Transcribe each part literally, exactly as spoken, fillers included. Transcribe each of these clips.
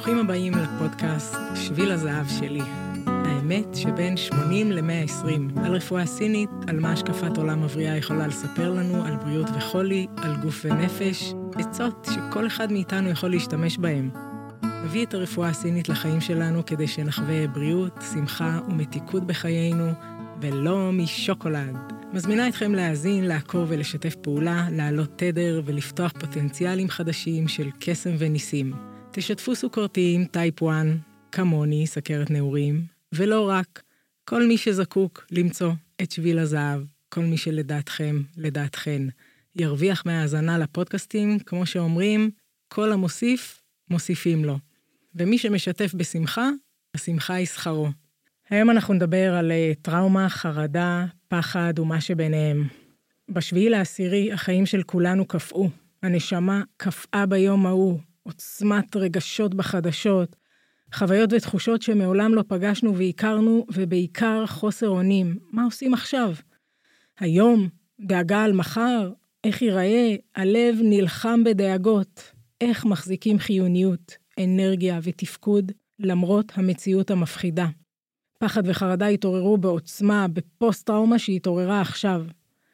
ברוכים הבאים לפודקאסט שביל הזהב שלי. האמת שבין שמונים ל-מאה ועשרים, על רפואה סינית, על מה השקפת עולם מבריאה יכולה לספר לנו, על בריאות וחולי, על גוף ונפש, עצות שכל אחד מאיתנו יכול להשתמש בהם. נביא את הרפואה הסינית לחיים שלנו כדי שנחווה בריאות, שמחה ומתיקות בחיינו, ולא משוקולד. מזמינה אתכם להאזין, לעקוב ולשתף פעולה, לעלות תדר ולפתוח פוטנציאלים חדשים של קסם וניסים. תשתפו סוכרתיים טייפ אחת, כמוני, סכרת נעורים, ולא רק, כל מי שזקוק למצוא את שביל הזהב, כל מי שלדעתכם, לדעתכן, ירוויח מהאזנה לפודקאסטים, כמו שאומרים, כל המוסיף, מוסיפים לו. ומי שמשתף בשמחה, השמחה היא שכרו. היום אנחנו נדבר על טראומה, חרדה, פחד ומה שביניהם. בשביעי לעשירי החיים של כולנו קפאו. הנשמה קפאה ביום ההוא, עוצמת רגשות בחדשות, חוויות ותחושות שמעולם לא פגשנו והכרנו, ובעיקר חוסר אונים. מה עושים עכשיו? היום, דאגה על מחר, איך ייראה, הלב נלחם בדאגות. איך מחזיקים חיוניות, אנרגיה ותפקוד, למרות המציאות המפחידה. פחד וחרדה התעוררו בעוצמה, בפוסט-טראומה שהתעוררה עכשיו.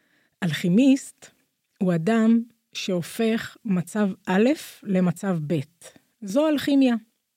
אלכימיסט הוא אדם שהופך מצב א' למצב ב'. זו אלכימיה.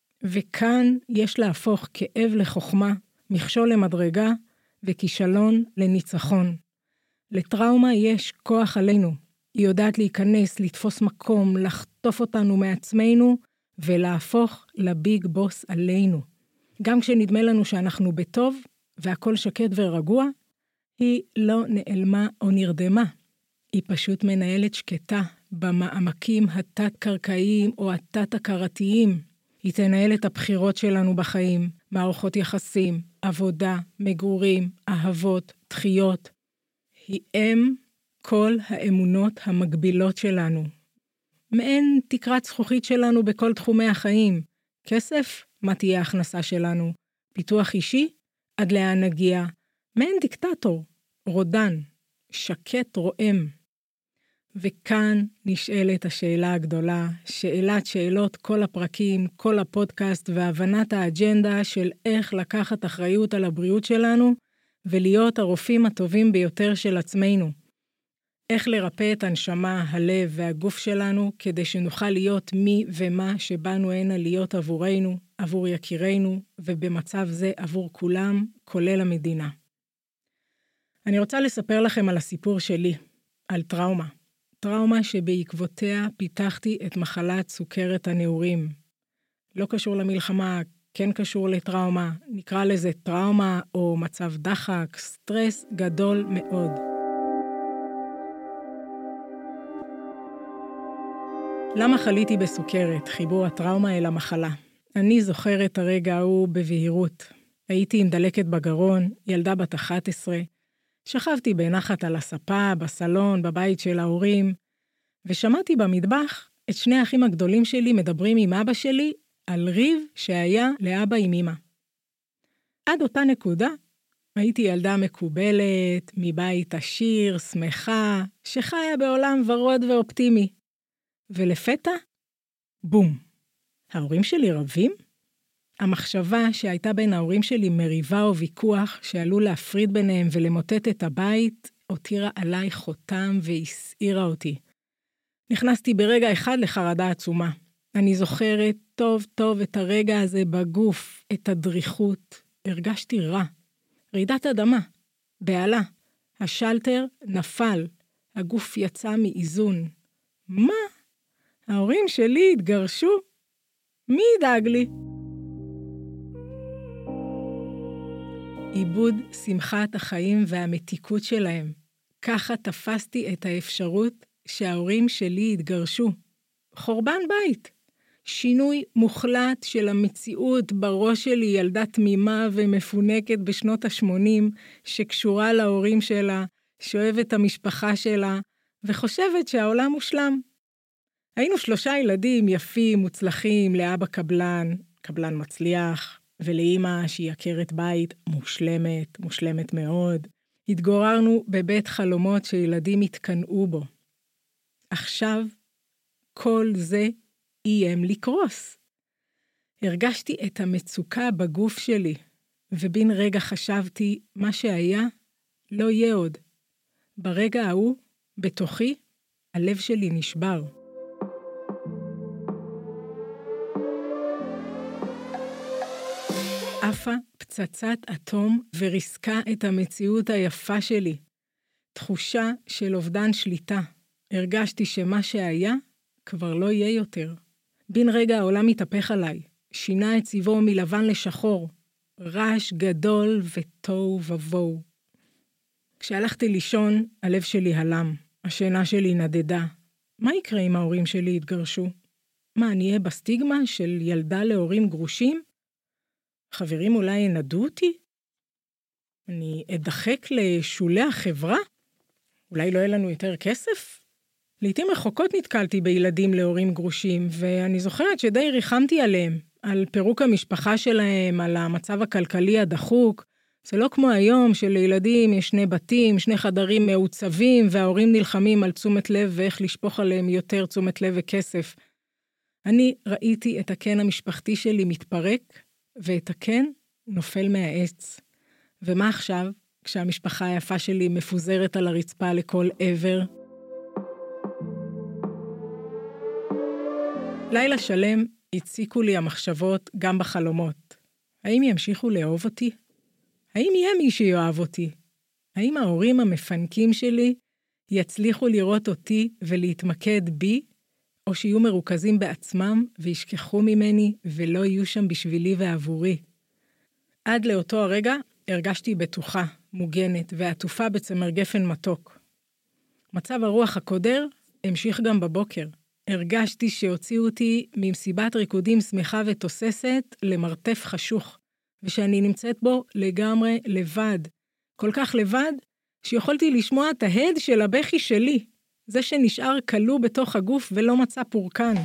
וכאן יש להפוך כאב לחוכמה, מכשול למדרגה וכישלון לניצחון. לטראומה יש כוח עלינו. היא יודעת להיכנס, לתפוס מקום, לחטוף אותנו מעצמנו ולהפוך לביג בוס עלינו. גם כשנדמה לנו שאנחנו בטוב והכל שקט ורגוע, היא לא נעלמה או נרדמה. היא פשוט מנהלת שקטה במעמקים התת-קרקעיים או התת-הכרתיים. היא תנהל את הבחירות שלנו בחיים, מערכות יחסים, עבודה, מגורים, אהבות, דחיות. היא אם כל האמונות המגבילות שלנו. מעין תקרת זכוכית שלנו בכל תחומי החיים. כסף, מה תהיה ההכנסה שלנו? פיתוח אישי, עד לאן נגיע? מעין דיקטטור, רודן, שקט רועם. וכאן נשאלת השאלה הגדולה, שאלת שאלות כל הפרקים, כל הפודקאסט והבנת האג'נדה של איך לקחת אחריות על הבריאות שלנו ולהיות הרופאים הטובים ביותר של עצמנו. איך לרפא את הנשמה, הלב והגוף שלנו כדי שנוכל להיות מי ומה שבאנו הנה להיות עבורנו, עבור יקירינו, ובמצב זה עבור כולם, כולל המדינה. אני רוצה לספר לכם על הסיפור שלי, על טראומה. טראומה שבעקבותיה פיתחתי את מחלת סוכרת הנעורים. לא קשור למלחמה, כן קשור לטראומה, נקרא לזה טראומה או מצב דחק, סטרס גדול מאוד. למה חליתי בסוכרת? חיבור הטראומה אל המחלה. אני זוכרת את הרגע ההוא בבהירות. הייתי עם דלקת בגרון, ילדה בת אחת עשרה. שכבתי בנחת על הספה, בסלון, בבית של ההורים, ושמעתי במטבח את שני האחים הגדולים שלי מדברים עם אבא שלי על ריב שהיה לאבא עם אמא. עד אותה נקודה הייתי ילדה מקובלת, מבית עשיר, שמחה, שחיה בעולם ורוד ואופטימי. ולפתע, בום. ההורים שלי רבים? המחשבה שהייתה בין ההורים שלי מריבה או ויכוח שעלול להפריד ביניהם ולמוטט את הבית, הותירה עליי חותם והסעירה אותי. נכנסתי ברגע אחד לחרדה עצומה. אני זוכרת טוב טוב את הרגע הזה בגוף, את הדריכות. הרגשתי רע. רעידת אדמה, בעלה. השלטר נפל. הגוף יצא מאיזון. מה? ההורים שלי התגרשו? מי ידאג לי? איבוד שמחת החיים והמתיקות שלהם. ככה תפסתי את האפשרות שההורים שלי התגרשו. חורבן בית. שינוי מוחלט של המציאות בראש שלי, ילדה תמימה ומפונקת בשנות ה-שמונים, שקשורה להורים שלה, שאוהבת את המשפחה שלה, וחושבת שהעולם מושלם. היינו שלושה ילדים יפים, מוצלחים, לאבא קבלן, קבלן מצליח, ולאמא שהיא עקרת בית מושלמת, מושלמת מאוד. התגוררנו בבית חלומות שילדים התקנאו בו. עכשיו כל זה איים לקרוס. הרגשתי את המצוקה בגוף שלי, ובין רגע חשבתי, מה שהיה לא יהיה עוד. ברגע ההוא, בתוכי, הלב שלי נשבר. עפה פצצת אטום וריסקה את המציאות היפה שלי. תחושה של אובדן שליטה. הרגשתי שמה שהיה כבר לא יהיה יותר. בין רגע העולם התהפך עליי, שינה את צבעו מלבן לשחור, רעש גדול ותוהו ובוהו. כשהלכתי לישון, הלב שלי הלם, השינה שלי נדדה. מה יקרה אם ההורים שלי יתגרשו? מה, אני אהיה בסטיגמה של ילדה להורים גרושים? חברים אולי ינדו אותי? אני אדחק לשולי החברה? אולי לא יהיה לנו יותר כסף? לעתים רחוקות נתקלתי בילדים להורים גרושים, ואני זוכרת שדי ריחמתי עליהם, על פירוק המשפחה שלהם, על המצב הכלכלי הדחוק. זה לא כמו היום שלילדים יש שני בתים, שני חדרים מעוצבים, וההורים נלחמים על תשומת לב ואיך לשפוך עליהם יותר תשומת לב וכסף. אני ראיתי את הקן המשפחתי שלי מתפרק, ואת הקן נופל מהעץ. ומה עכשיו, כשהמשפחה היפה שלי מפוזרת על הרצפה לכל עבר? לילה שלם הציקו לי המחשבות גם בחלומות. האם ימשיכו לאהוב אותי? האם יהיה מי שיואב אותי? האם ההורים המפנקים שלי יצליחו לראות אותי ולהתמקד בי, או שיהיו מרוכזים בעצמם וישכחו ממני ולא יהיו שם בשבילי ועבורי? עד לאותו הרגע הרגשתי בטוחה, מוגנת ועטופה בצמר גפן מתוק. מצב הרוח הקודר המשיך גם בבוקר. הרגשתי שהוציאו אותי ממסיבת ריקודים שמחה ותוססת למרתף חשוך, ושאני נמצאת בו לגמרי לבד. כל כך לבד שיכולתי לשמוע את ההד של הבכי שלי, זה שנשאר כלוא בתוך הגוף ולא מצא פורקן.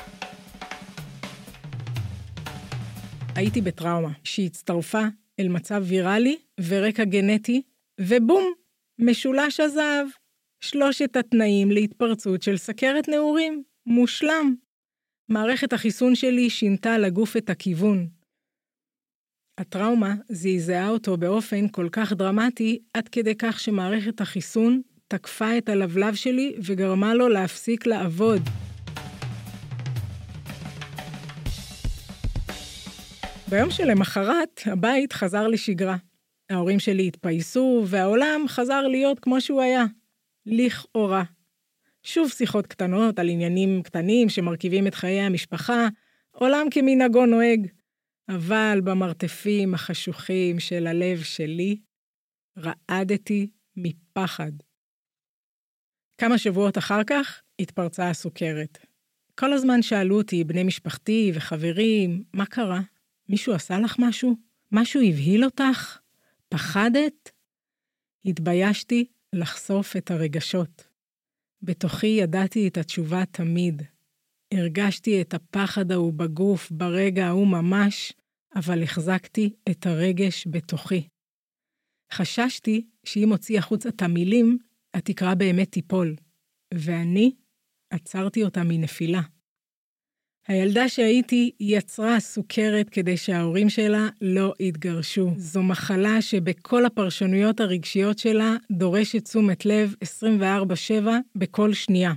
הייתי בטראומה שהצטרפה אל מצב ויראלי ורקע גנטי, ובום, משולש הזהב. שלושת התנאים להתפרצות של סכרת נעורים. מושלם. מערכת החיסון שלי שינתה לגוף את הכיוון. הטראומה זעזעה אותו באופן כל כך דרמטי, עד כדי כך שמערכת החיסון תקפה את הלבלב שלי וגרמה לו להפסיק לעבוד. ביום שלמחרת, הבית חזר לשגרה. ההורים שלי התפייסו, והעולם חזר להיות כמו שהוא היה. לכאורה. שוב שיחות קטנות על עניינים קטנים שמרכיבים את חיי המשפחה, עולם כמנהגו נוהג. אבל במרתפים החשוכים של הלב שלי, רעדתי מפחד. כמה שבועות אחר כך התפרצה הסוכרת. כל הזמן שאלו אותי, בני משפחתי וחברים, מה קרה? מישהו עשה לך משהו? משהו הבהיל אותך? פחדת? התביישתי לחשוף את הרגשות. בתוכי ידעתי את התשובה תמיד. הרגשתי את הפחד ההוא בגוף ברגע ההוא ממש, אבל החזקתי את הרגש בתוכי. חששתי שאם הוציא החוצה את המילים, התקרה באמת תיפול, ואני עצרתי אותה מנפילה. הילדה שהייתי יצרה סוכרת כדי שההורים שלה לא יתגרשו. זו מחלה שבכל הפרשנויות הרגשיות שלה דורשת תשומת לב עשרים וארבע שבע בכל שנייה.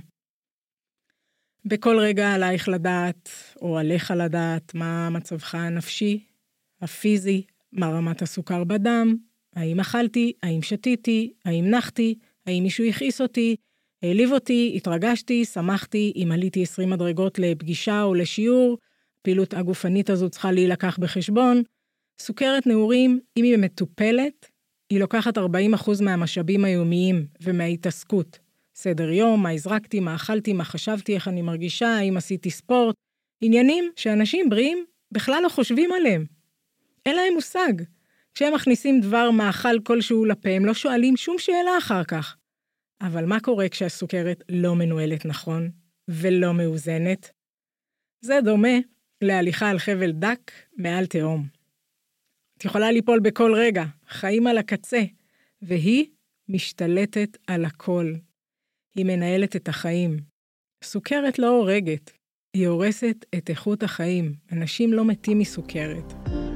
בכל רגע עלייך לדעת, או עליך לדעת, מה מצבך הנפשי, הפיזי, מה רמת הסוכר בדם, האם אכלתי, האם שתיתי, האם נחתי, האם מישהו הכעיס אותי, העליב אותי, התרגשתי, שמחתי, אם עליתי עשרים מדרגות לפגישה או לשיעור, פעילות הגופנית הזו צריכה להילקח בחשבון. סוכרת נעורים, אם היא מטופלת, היא לוקחת ארבעים אחוז מהמשאבים היומיים ומההתעסקות. סדר יום, מה הזרקתי, מה אכלתי, מה חשבתי, איך אני מרגישה, האם עשיתי ספורט. עניינים שאנשים בריאים בכלל לא חושבים עליהם. אין להם מושג. כשהם מכניסים דבר מאכל כלשהו לפה, הם לא שואלים שום שאלה אחר כך. אבל מה קורה כשהסוכרת לא מנוהלת נכון ולא מאוזנת? זה דומה להליכה על חבל דק מעל תהום. את יכולה ליפול בכל רגע, חיים על הקצה, והיא משתלטת על הכל. היא מנהלת את החיים. סוכרת לא הורגת, היא הורסת את איכות החיים. אנשים לא מתים מסוכרת.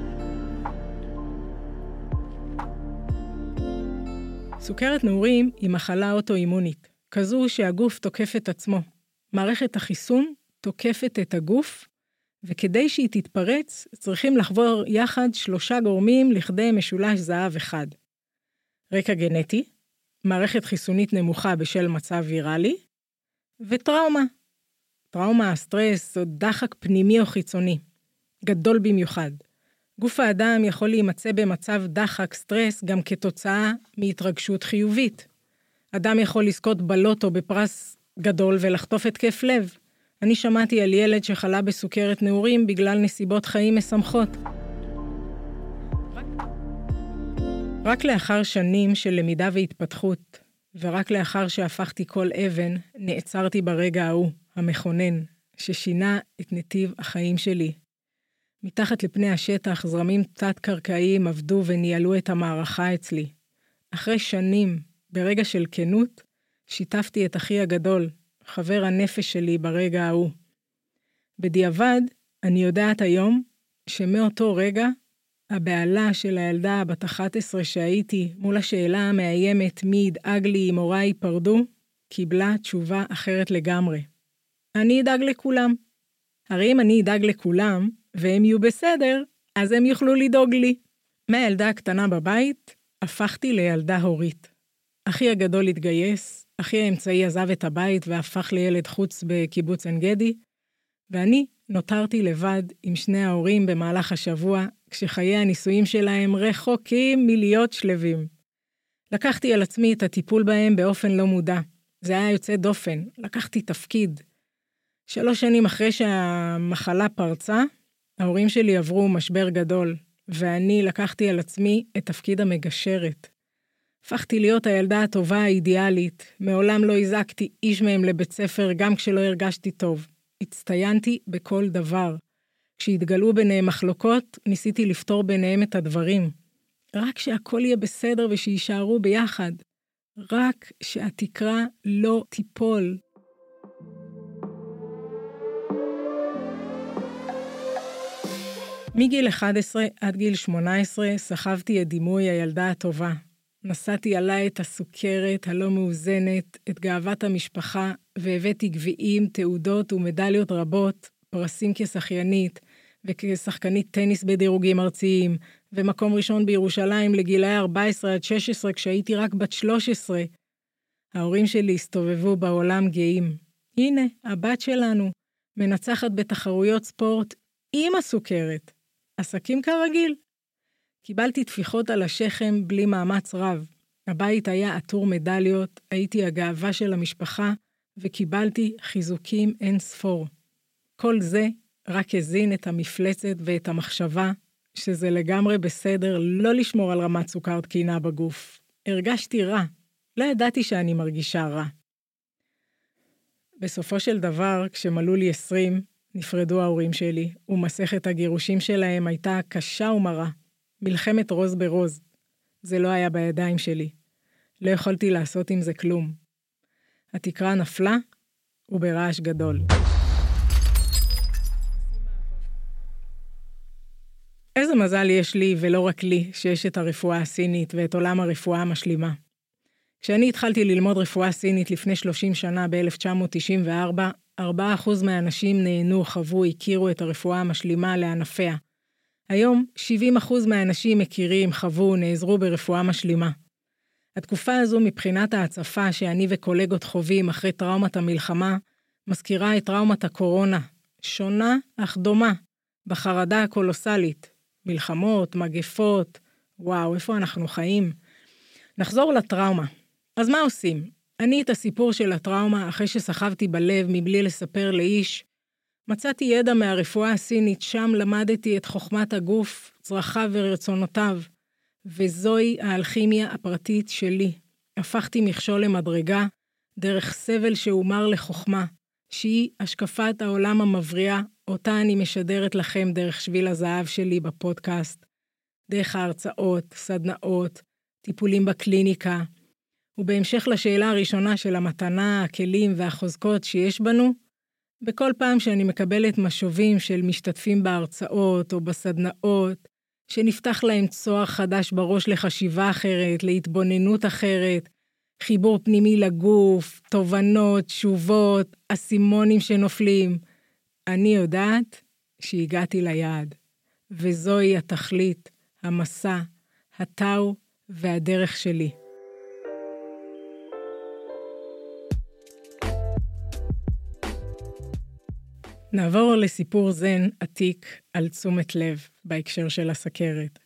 סוכרת נעורים היא מחלה אוטואימונית, כזו שהגוף תוקף את עצמו. מערכת החיסון תוקפת את הגוף, וכדי שהיא תתפרץ, צריכים לחבור יחד שלושה גורמים לכדי משולש זהב אחד. רקע גנטי, מערכת חיסונית נמוכה בשל מצב ויראלי, וטראומה. טראומה, סטרס או דחק פנימי או חיצוני, גדול במיוחד. גוף האדם יכול להימצא במצב דחק, סטרס, גם כתוצאה מהתרגשות חיובית. אדם יכול לזכות בלוטו בפרס גדול ולחטוף התקף לב. אני שמעתי על ילד שחלה בסוכרת נעורים בגלל נסיבות חיים משמחות. רק לאחר שנים של למידה והתפתחות, ורק לאחר שהפכתי כל אבן, נעצרתי ברגע ההוא, המכונן, ששינה את נתיב החיים שלי. מתחת לפני השטח, זרמים תת-קרקעיים עבדו וניהלו את המערכה אצלי. אחרי שנים, ברגע של כנות, שיתפתי את אחי הגדול, חבר הנפש שלי ברגע ההוא. בדיעבד, אני יודעת היום שמאותו רגע, הבעלה של הילדה בת אחת עשרה שהייתי מול השאלה המאיימת מי ידאג לי אם הוריי ייפרדו, קיבלה תשובה אחרת לגמרי. אני אדאג לכולם. הרי אם אני אדאג לכולם, והם יהיו בסדר, אז הם יוכלו לדאוג לי. מהילדה הקטנה בבית, הפכתי לילדה הורית. אחי הגדול התגייס, אחי האמצעי עזב את הבית והפך לילד חוץ בקיבוץ עין גדי, ואני נותרתי לבד עם שני ההורים במהלך השבוע, כשחיי הנישואים שלהם רחוקים מלהיות שלווים. לקחתי על עצמי את הטיפול בהם באופן לא מודע. זה היה יוצא דופן, לקחתי תפקיד. שלוש שנים אחרי שהמחלה פרצה, ההורים שלי עברו משבר גדול, ואני לקחתי על עצמי את תפקיד המגשרת. הפכתי להיות הילדה הטובה האידיאלית, מעולם לא הזקתי איש מהם לבית ספר גם כשלא הרגשתי טוב. הצטיינתי בכל דבר. כשהתגלו ביניהם מחלוקות, ניסיתי לפתור ביניהם את הדברים. רק שהכל יהיה בסדר ושישארו ביחד. רק שהתקרה לא תיפול. מגיל אחת עשרה עד גיל שמונה עשרה סחבתי את דימוי הילדה הטובה. נשאתי עליי את הסוכרת הלא מאוזנת, את גאוות המשפחה, והבאתי גביעים, תעודות ומדליות רבות, פרסים כשחיינית, וכשחקנית טניס בדירוגים ארציים, ומקום ראשון בירושלים לגילאי ארבע עשרה עד שש עשרה כשהייתי רק בת שלוש עשרה. ההורים שלי הסתובבו בעולם גאים. הנה, הבת שלנו, מנצחת בתחרויות ספורט עם הסוכרת. עסקים כרגיל. קיבלתי תפיחות על השכם בלי מאמץ רב. הבית היה עטור מדליות, הייתי הגאווה של המשפחה, וקיבלתי חיזוקים אין ספור. כל זה רק הזין את המפלצת ואת המחשבה, שזה לגמרי בסדר לא לשמור על רמת סוכר תקינה בגוף. הרגשתי רע. לא ידעתי שאני מרגישה רע. בסופו של דבר, כשמלאו לי עשרים, נפרדו ההורים שלי, ומסכת הגירושים שלהם הייתה קשה ומרה. מלחמת רוז ברוז. זה לא היה בידיים שלי. לא יכולתי לעשות עם זה כלום. התקרה נפלה, וברעש גדול. איזה מזל יש לי, ולא רק לי, שיש את הרפואה הסינית ואת עולם הרפואה המשלימה. כשאני התחלתי ללמוד רפואה סינית לפני שלושים שנה ב-אלף תשע מאות תשעים וארבע, ארבעה אחוז מהאנשים נהנו, חוו, הכירו את הרפואה המשלימה לענפיה. היום שבעים אחוז מהאנשים מכירים, חוו, נעזרו ברפואה משלימה. התקופה הזו מבחינת ההצפה שאני וקולגות חווים אחרי טראומת המלחמה, מזכירה את טראומת הקורונה, שונה אך דומה, בחרדה הקולוסלית, מלחמות, מגפות, וואו, איפה אנחנו חיים? נחזור לטראומה. אז מה עושים? אני את הסיפור של הטראומה, אחרי שסחבתי בלב מבלי לספר לאיש, מצאתי ידע מהרפואה הסינית, שם למדתי את חוכמת הגוף, צרכיו ורצונותיו, וזוהי האלכימיה הפרטית שלי. הפכתי מכשול למדרגה, דרך סבל שאומר לחוכמה, שהיא השקפת העולם המבריאה, אותה אני משדרת לכם דרך שביל הזהב שלי בפודקאסט, דרך ההרצאות, סדנאות, טיפולים בקליניקה, ובהמשך לשאלה הראשונה של המתנה, הכלים והחוזקות שיש בנו, בכל פעם שאני מקבלת משובים של משתתפים בהרצאות או בסדנאות, שנפתח להם צוהר חדש בראש לחשיבה אחרת, להתבוננות אחרת, חיבור פנימי לגוף, תובנות, תשובות, אסימונים שנופלים, אני יודעת שהגעתי ליעד, וזוהי התכלית, המסע, התאו והדרך שלי. נעבור לסיפור זן עתיק על תשומת לב בהקשר של הסכרת.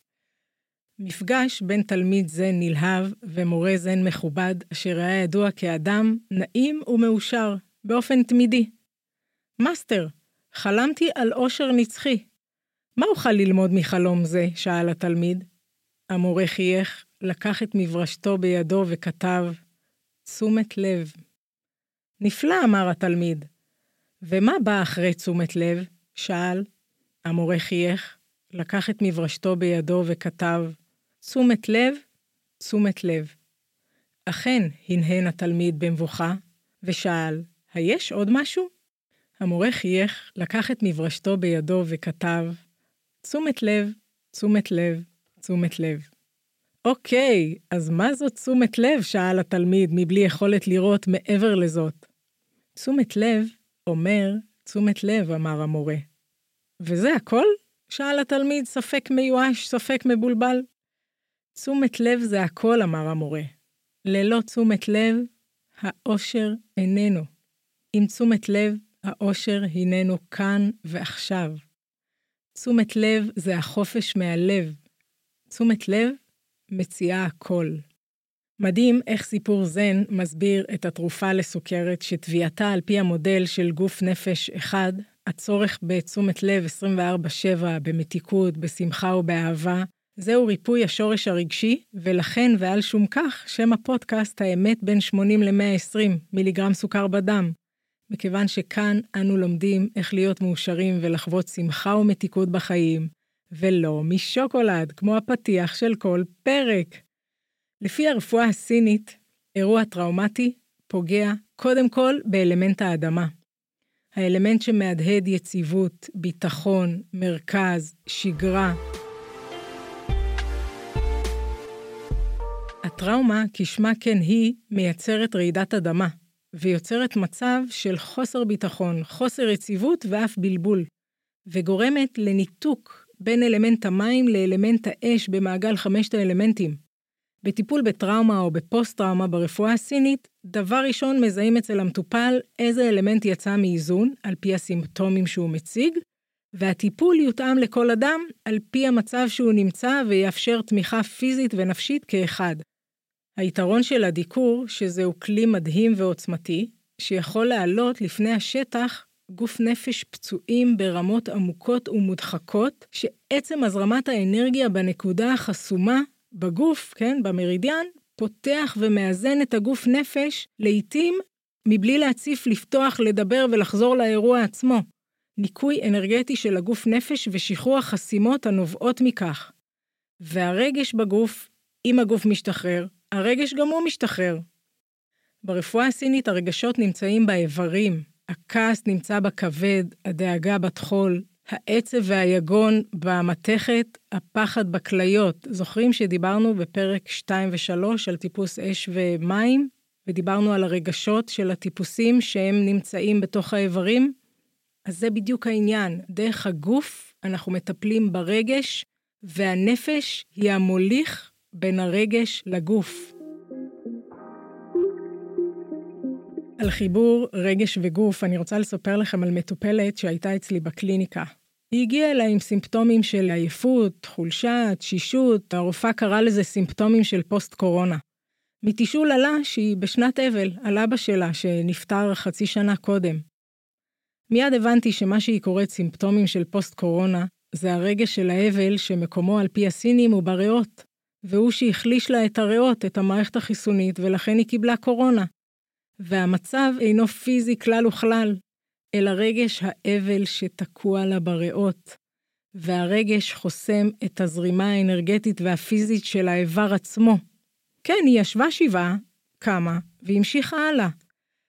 מפגש בין תלמיד זן נלהב ומורה זן מכובד, אשר היה ידוע כאדם נעים ומאושר באופן תמידי. מאסטר, חלמתי על אושר נצחי. מה אוכל ללמוד מחלום זה? שאל התלמיד. המורה חייך, לקח את מברשתו בידו וכתב, תשומת לב. נפלא, אמר התלמיד. ומה בא אחרי תשומת לב? שאל. המורה חייך, לקח את מברשתו בידו וכתב, תשומת לב, תשומת לב. אכן, הנהן התלמיד במבוכה, ושאל, היש עוד משהו? המורה חייך, לקח את מברשתו בידו וכתב, תשומת לב, תשומת לב, תשומת לב. אוקיי, אז מה זאת תשומת לב? שאל התלמיד, מבלי יכולת לראות מעבר לזאת. תשומת לב אומר, תשומת לב, אמר המורה. וזה הכל? שאל התלמיד, ספק מיואש, ספק מבולבל. תשומת לב זה הכל, אמר המורה. ללא תשומת לב, האושר איננו. עם תשומת לב, האושר הננו כאן ועכשיו. תשומת לב זה החופש מהלב. תשומת לב מציעה הכל. מדהים איך סיפור זן מסביר את התרופה לסוכרת שטביעתה על פי המודל של גוף נפש אחד, הצורך בתשומת לב עשרים וארבע שבע, במתיקות, בשמחה ובאהבה, זהו ריפוי השורש הרגשי, ולכן ועל שום כך, שם הפודקאסט האמת בין שמונים למאה ועשרים מיליגרם סוכר בדם, מכיוון שכאן אנו לומדים איך להיות מאושרים ולחוות שמחה ומתיקות בחיים, ולא משוקולד, כמו הפתיח של כל פרק. לפי הרפואה הסינית, אירוע טראומטי פוגע קודם כל באלמנט האדמה. האלמנט שמהדהד יציבות, ביטחון, מרכז, שגרה. הטראומה, כשמה כן היא, מייצרת רעידת אדמה, ויוצרת מצב של חוסר ביטחון, חוסר יציבות ואף בלבול, וגורמת לניתוק בין אלמנט המים לאלמנט האש במעגל חמשת האלמנטים. בטיפול בטראומה או בפוסט-טראומה ברפואה הסינית, דבר ראשון מזהים אצל המטופל איזה אלמנט יצא מאיזון על פי הסימפטומים שהוא מציג, והטיפול יותאם לכל אדם על פי המצב שהוא נמצא ויאפשר תמיכה פיזית ונפשית כאחד. היתרון של הדיקור, שזהו כלי מדהים ועוצמתי, שיכול לעלות לפני השטח גוף נפש פצועים ברמות עמוקות ומודחקות, שעצם הזרמת האנרגיה בנקודה החסומה בגוף, כן, במרידיאן, פותח ומאזן את הגוף נפש, לעתים מבלי להציף, לפתוח, לדבר ולחזור לאירוע עצמו. ניקוי אנרגטי של הגוף נפש ושחרור החסימות הנובעות מכך. והרגש בגוף, אם הגוף משתחרר, הרגש גם הוא משתחרר. ברפואה הסינית הרגשות נמצאים באיברים, הכעס נמצא בכבד, הדאגה בתחול, העצב והיגון במתכת, הפחד בכליות. זוכרים שדיברנו בפרק שתיים ושלוש על טיפוס אש ומים, ודיברנו על הרגשות של הטיפוסים שהם נמצאים בתוך האיברים? אז זה בדיוק העניין. דרך הגוף אנחנו מטפלים ברגש, והנפש היא המוליך בין הרגש לגוף. על חיבור רגש וגוף, אני רוצה לספר לכם על מטופלת שהייתה אצלי בקליניקה. היא הגיעה אליי עם סימפטומים של עייפות, חולשה, תשישות, הרופאה קראה לזה סימפטומים של פוסט-קורונה. מתשאול עלה שהיא בשנת אבל על אבא שלה שנפטר חצי שנה קודם. מיד הבנתי שמה שהיא קוראת סימפטומים של פוסט-קורונה, זה הרגש של האבל שמקומו על פי הסינים הוא בריאות, והוא שהחליש לה את הריאות, את המערכת החיסונית, ולכן היא קיבלה קורונה. והמצב אינו פיזי כלל וכלל, אלא רגש האבל שתקוע לה בריאות, והרגש חוסם את הזרימה האנרגטית והפיזית של האיבר עצמו. כן, היא ישבה שבעה, קמה, והמשיכה הלאה.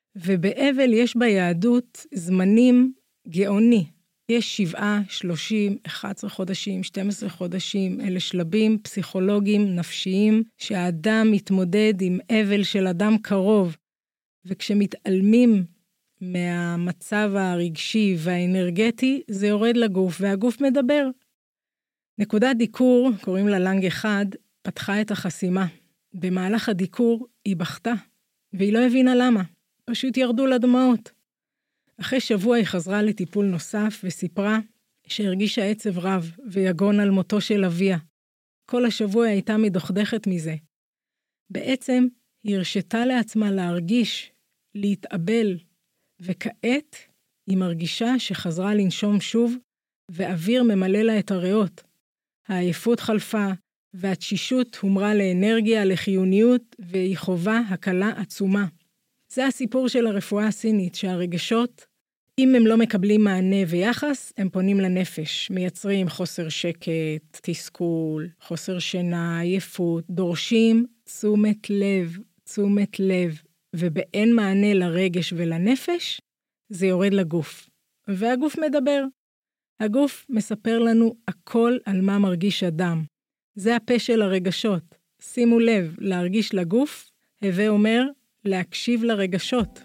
ובאבל יש ביהדות זמנים גאוני. יש שבעה, שלושים, אחד עשר חודשים, שנים עשר חודשים, אלה שלבים פסיכולוגיים, נפשיים, שהאדם מתמודד עם אבל של אדם קרוב, וכשמתעלמים מהמצב הרגשי והאנרגטי, זה יורד לגוף, והגוף מדבר. נקודת דיקור, קוראים לה לנג אחד, פתחה את החסימה. במהלך הדיקור היא בכתה, והיא לא הבינה למה. פשוט ירדו לדמעות. אחרי שבוע היא חזרה לטיפול נוסף וסיפרה שהרגישה עצב רב ויגון על מותו של אביה. כל השבוע היא הייתה מדוכדכת מזה. בעצם היא הרשתה לעצמה להרגיש, להתאבל, וכעת היא מרגישה שחזרה לנשום שוב, ואוויר ממלא לה את הריאות. העייפות חלפה, והתשישות הומרה לאנרגיה, לחיוניות, והיא חובה הקלה עצומה. זה הסיפור של הרפואה הסינית, שהרגשות, אם הם לא מקבלים מענה ויחס, הם פונים לנפש, מייצרים חוסר שקט, תסכול, חוסר שינה, עייפות, דורשים תשומת לב, תשומת לב, ובאין מענה לרגש ולנפש, זה יורד לגוף. והגוף מדבר. הגוף מספר לנו הכל על מה מרגיש אדם. זה הפה של הרגשות. שימו לב, להרגיש לגוף, הווה אומר, להקשיב לרגשות.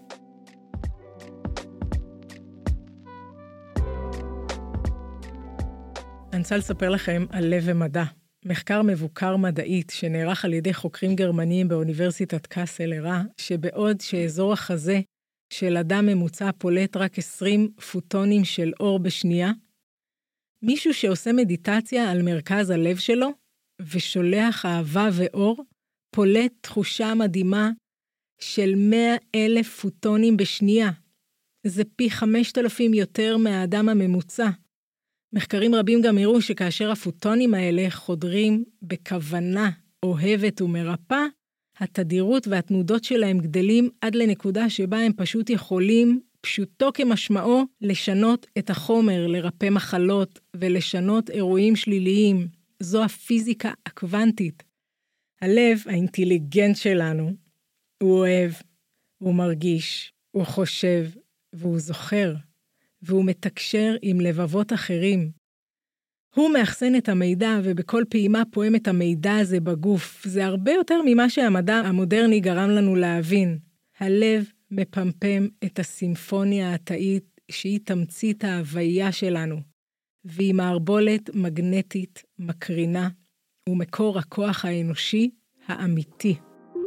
אני רוצה לספר לכם על לב ומדע. מחקר מבוקר מדעית שנערך על ידי חוקרים גרמניים באוניברסיטת קאסל הראה שבעוד שאזור החזה של אדם ממוצע פולט רק עשרים פוטונים של אור בשנייה, מישהו שעושה מדיטציה על מרכז הלב שלו ושולח אהבה ואור, פולט תחושה מדהימה של מאה אלף פוטונים בשנייה. זה פי חמשת אלפים יותר מהאדם הממוצע. מחקרים רבים גם הראו שכאשר הפוטונים האלה חודרים בכוונה אוהבת ומרפא, התדירות והתנודות שלהם גדלים עד לנקודה שבה הם פשוט יכולים, פשוטו כמשמעו, לשנות את החומר, לרפא מחלות ולשנות אירועים שליליים. זו הפיזיקה הקוונטית. הלב, האינטליגנט שלנו, הוא אוהב, הוא מרגיש, הוא חושב, והוא זוכר, והוא מתקשר עם לבבות אחרים. הוא מאחסן את המידע, ובכל פעימה פועם את המידע הזה בגוף. זה הרבה יותר ממה שהמדע המודרני גרם לנו להבין. הלב מפמפם את הסימפוניה התאית, שהיא תמצית ההוויה שלנו, והיא מערבולת מגנטית מקרינה, ומקור הכוח האנושי האמיתי.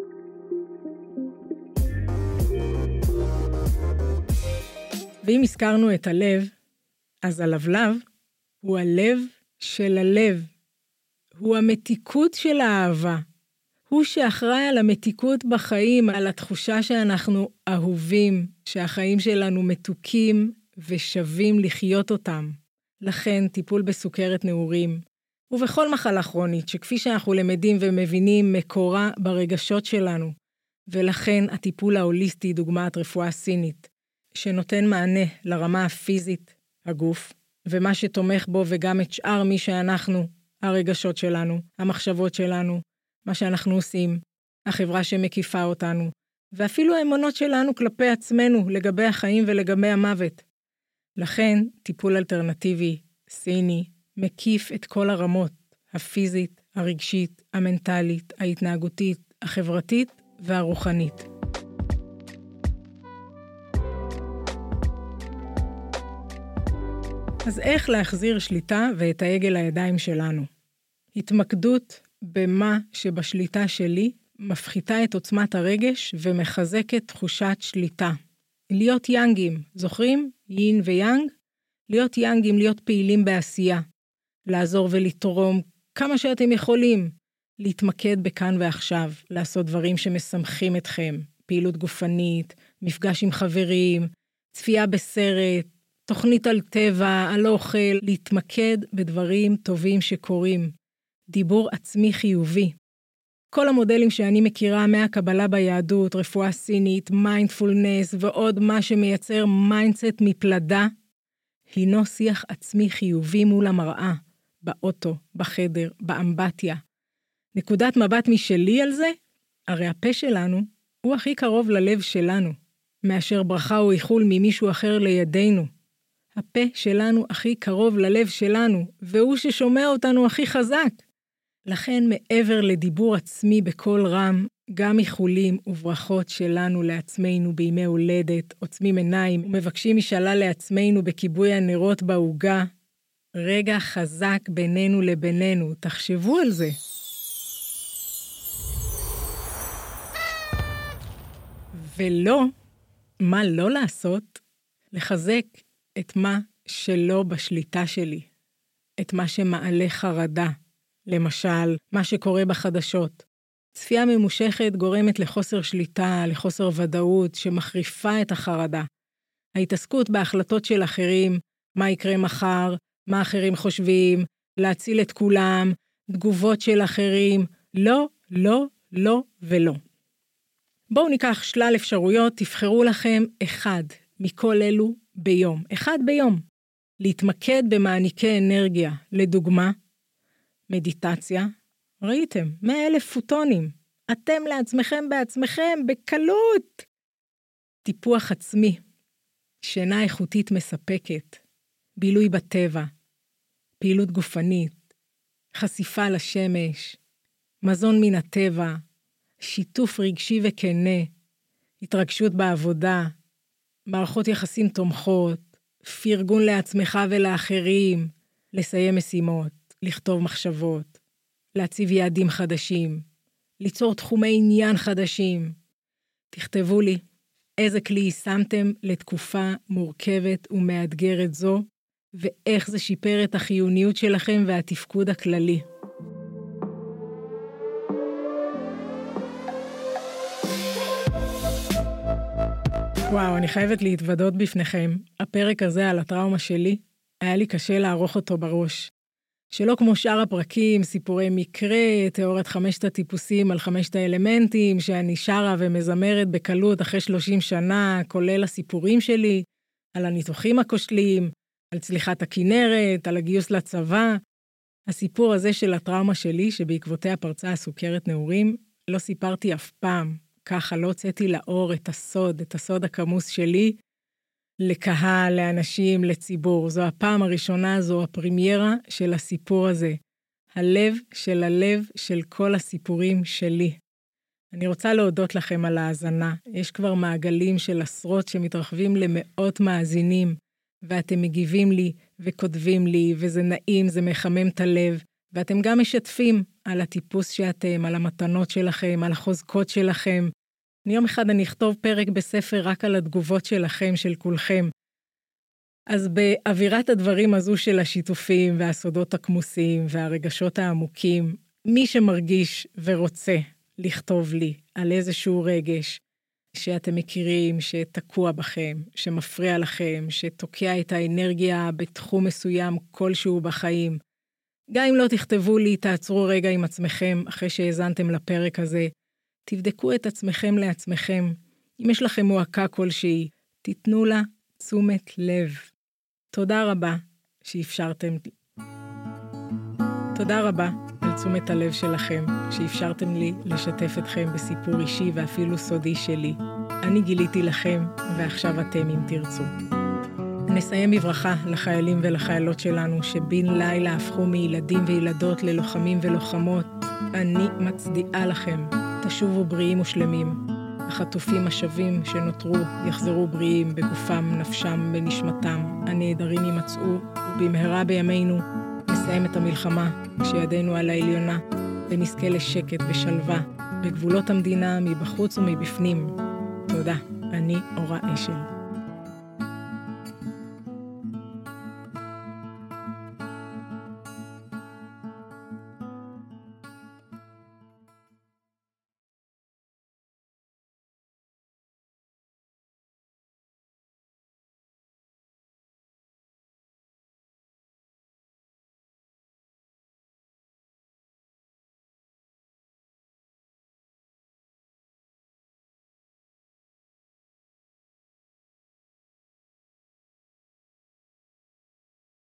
ואם הזכרנו את הלב, אז הלבלב הוא הלב של הלב. הוא המתיקות של האהבה. הוא שאחראי על המתיקות בחיים, על התחושה שאנחנו אהובים, שהחיים שלנו מתוקים ושווים לחיות אותם. לכן טיפול בסוכרת נעורים, ובכל מחלה כרונית, שכפי שאנחנו למדים ומבינים, מקורה ברגשות שלנו. ולכן הטיפול ההוליסטי, דוגמת רפואה סינית, שנותן מענה לרמה הפיזית, הגוף, ומה שתומך בו וגם את שאר מי שאנחנו, הרגשות שלנו, המחשבות שלנו, מה שאנחנו עושים, החברה שמקיפה אותנו, ואפילו האמונות שלנו כלפי עצמנו לגבי החיים ולגבי המוות. לכן טיפול אלטרנטיבי, סיני, מקיף את כל הרמות, הפיזית, הרגשית, המנטלית, ההתנהגותית, החברתית והרוחנית. אז איך להחזיר שליטה ואת ההגה לידיים שלנו? התמקדות במה שבשליטה שלי מפחיתה את עוצמת הרגש ומחזקת תחושת שליטה. להיות יאנגים, זוכרים? יין ויאנג? להיות יאנגים, להיות פעילים בעשייה. לעזור ולתרום כמה שאתם יכולים. להתמקד בכאן ועכשיו, לעשות דברים שמשמחים אתכם. פעילות גופנית, מפגש עם חברים, צפייה בסרט, תוכנית על טבע, על אוכל, להתמקד בדברים טובים שקורים. דיבור עצמי חיובי. כל המודלים שאני מכירה מהקבלה ביהדות, רפואה סינית, מיינדפולנס ועוד מה שמייצר מיינדסט מפלדה, הינו שיח עצמי חיובי מול המראה, באוטו, בחדר, באמבטיה. נקודת מבט משלי על זה, הרי הפה שלנו הוא הכי קרוב ללב שלנו. מאשר ברכה או איחול ממישהו אחר לידינו. הפה שלנו הכי קרוב ללב שלנו, והוא ששומע אותנו הכי חזק. לכן מעבר לדיבור עצמי בקול רם, גם איחולים וברכות שלנו לעצמנו בימי הולדת, עוצמים עיניים ומבקשים משאלה לעצמנו בכיבוי הנרות בעוגה, רגע חזק בינינו לבינינו, תחשבו על זה. ולא, מה לא לעשות? לחזק את מה שלא בשליטה שלי, את מה שמעלה חרדה, למשל, מה שקורה בחדשות. צפייה ממושכת גורמת לחוסר שליטה, לחוסר ודאות, שמחריפה את החרדה. ההתעסקות בהחלטות של אחרים, מה יקרה מחר, מה אחרים חושבים, להציל את כולם, תגובות של אחרים, לא, לא, לא ולא. בואו ניקח שלל אפשרויות, תבחרו לכם אחד מכל אלו ביום, אחד ביום. להתמקד במעניקי אנרגיה, לדוגמה, מדיטציה, ראיתם, מאה אלף פוטונים, אתם לעצמכם בעצמכם בקלות. טיפוח עצמי, שינה איכותית מספקת, בילוי בטבע, פעילות גופנית, חשיפה לשמש, מזון מן הטבע, שיתוף רגשי וכנה, התרגשות בעבודה, מערכות יחסים תומכות, פרגון לעצמך ולאחרים, לסיים משימות, לכתוב מחשבות, להציב יעדים חדשים, ליצור תחומי עניין חדשים. תכתבו לי איזה כלי שמתם לתקופה מורכבת ומאתגרת זו, ואיך זה שיפר את החיוניות שלכם והתפקוד הכללי. וואו, אני חייבת להתוודות בפניכם. הפרק הזה על הטראומה שלי, היה לי קשה לערוך אותו בראש. שלא כמו שאר הפרקים, סיפורי מקרה, תיאוריית חמשת הטיפוסים על חמשת האלמנטים, שאני שרה ומזמרת בקלות אחרי שלושים שנה, כולל הסיפורים שלי, על הניתוחים הכושלים, על צליחת הכינרת, על הגיוס לצבא. הסיפור הזה של הטראומה שלי, שבעקבותיה פרצה הסוכרת נעורים, לא סיפרתי אף פעם. ככה לא הוצאתי לאור את הסוד, את הסוד הכמוס שלי, לקהל, לאנשים, לציבור. זו הפעם הראשונה, זו הפרימיירה של הסיפור הזה. הלב של הלב של כל הסיפורים שלי. אני רוצה להודות לכם על ההאזנה. יש כבר מעגלים של עשרות שמתרחבים למאות מאזינים, ואתם מגיבים לי וכותבים לי, וזה נעים, זה מחמם את הלב, ואתם גם משתפים על הטיפוס שאתם, על המתנות שלכם, על החוזקות שלכם. יום אחד אני אכתוב פרק בספר רק על התגובות שלכם, של כולכם. אז באווירת הדברים הזו של השיתופים והסודות הכמוסים והרגשות העמוקים, מי שמרגיש ורוצה לכתוב לי על איזשהו רגש שאתם מכירים, שתקוע בכם, שמפריע לכם, שתוקע את האנרגיה בתחום מסוים כלשהו בחיים, גם אם לא תכתבו לי, תעצרו רגע עם עצמכם אחרי שהאזנתם לפרק הזה, תבדקו את עצמכם לעצמכם. אם יש לכם מועקה כלשהי, תיתנו לה תשומת לב. תודה רבה שאפשרתם. תודה רבה על תשומת הלב שלכם, שאפשרתם לי לשתף אתכם בסיפור אישי ואפילו סודי שלי. אני גיליתי לכם, ועכשיו אתם אם תרצו. נסיים בברכה לחיילים ולחיילות שלנו, שבין לילה הפכו מילדים וילדות ללוחמים ולוחמות. אני מצדיעה לכם. תשובו בריאים ושלמים. החטופים השווים שנותרו יחזרו בריאים בגופם, נפשם, בנשמתם. הנעדרים יימצאו, ובמהרה בימינו נסיים את המלחמה כשידנו על העליונה, ונזכה לשקט ושלווה בגבולות המדינה, מבחוץ ומבפנים. תודה. אני אורה אשל.